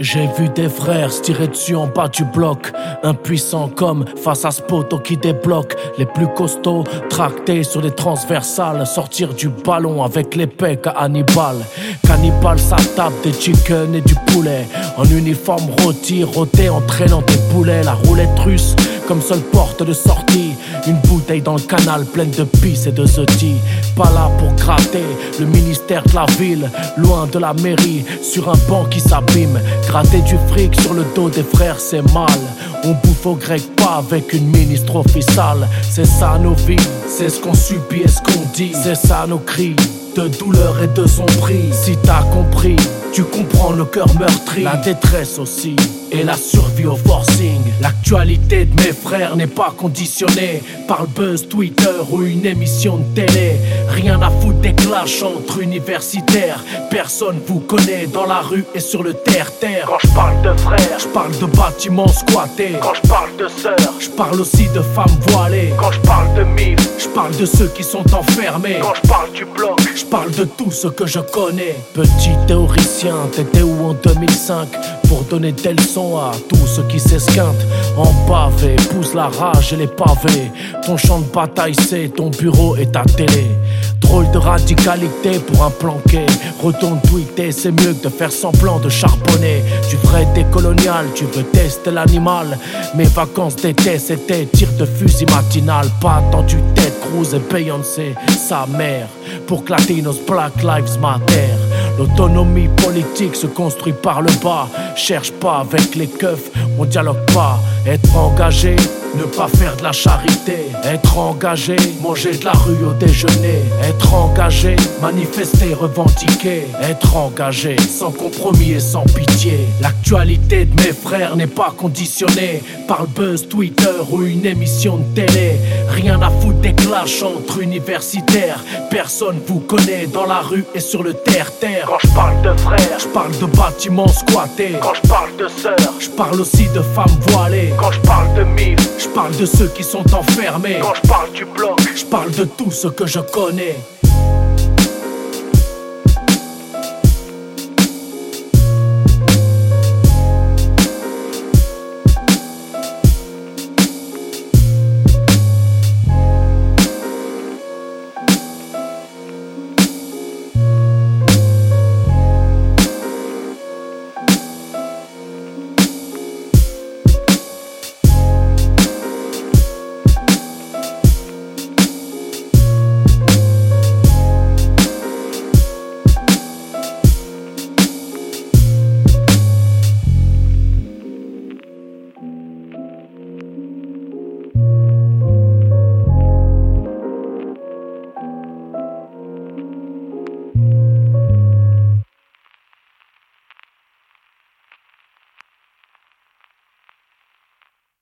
J'ai vu des frères se tirer dessus en bas du bloc, impuissants comme face à ce poteau qui débloque. Les plus costauds tractés sur des transversales, sortir du ballon avec les pecs à Hannibal. Cannibal, ça tape des chicken et du poulet, en uniforme rôti, roté, entraînant des poulets. La roulette russe comme seule porte de sortie, une bouteille dans le canal pleine de pisse et de zeti. Pas là pour gratter le ministère de la ville, loin de la mairie, sur un banc qui s'abîme. Gratter du fric sur le dos des frères, c'est mal. On bouffe au grec, pas avec une ministre officiale. C'est ça nos vies, c'est ce qu'on subit et ce qu'on dit. C'est ça nos cris de douleur et de son prix. Si t'as compris, tu comprends le cœur meurtri, la détresse aussi, et la survie au forcing. L'actualité de mes frères n'est pas conditionnée par le buzz Twitter ou une émission de télé. Rien à foutre des clashs entre universitaires. Personne vous connaît dans la rue et sur le terre-terre. Quand je parle de frères, je parle de bâtiments squattés. Quand je parle de sœurs, je parle aussi de femmes voilées. Quand je parle de mif, je parle de ceux qui sont enfermés. Quand je parle du bloc, je parle de tout ce que je connais. Petit théoricien, t'étais où en 2005 pour donner des leçons à tous ceux qui s'esquintent en pavé, pousse la rage et les pavés. Ton champ de bataille c'est ton bureau et ta télé. Drôle de radicalité pour un planqué. Retourne tweeter, c'est mieux que de faire semblant de charbonner. Du vrai décolonial, tu veux tester l'animal. Mes vacances d'été c'était tir de fusil matinal. Pas attendu Ted Cruz et Beyoncé, sa mère, pour que Latinos Black Lives Matter. L'autonomie politique se construit par le bas. Cherche pas avec les keufs, on dialogue pas. Être engagé, ne pas faire de la charité. Être engagé, manger de la rue au déjeuner. Être engagé, manifester, revendiquer. Être engagé, sans compromis et sans pitié. L'actualité de mes frères n'est pas conditionnée par le buzz Twitter ou une émission de télé. Rien à foutre des clashs entre universitaires. Personne vous connaît dans la rue et sur le terre-terre. Quand je parle de frères, je parle de bâtiments squattés. Quand je parle de sœurs, je parle aussi de femmes voilées. Quand je parle de mif, je parle de ceux qui sont enfermés. Quand je parle du bloc, je parle de tout ce que je connais.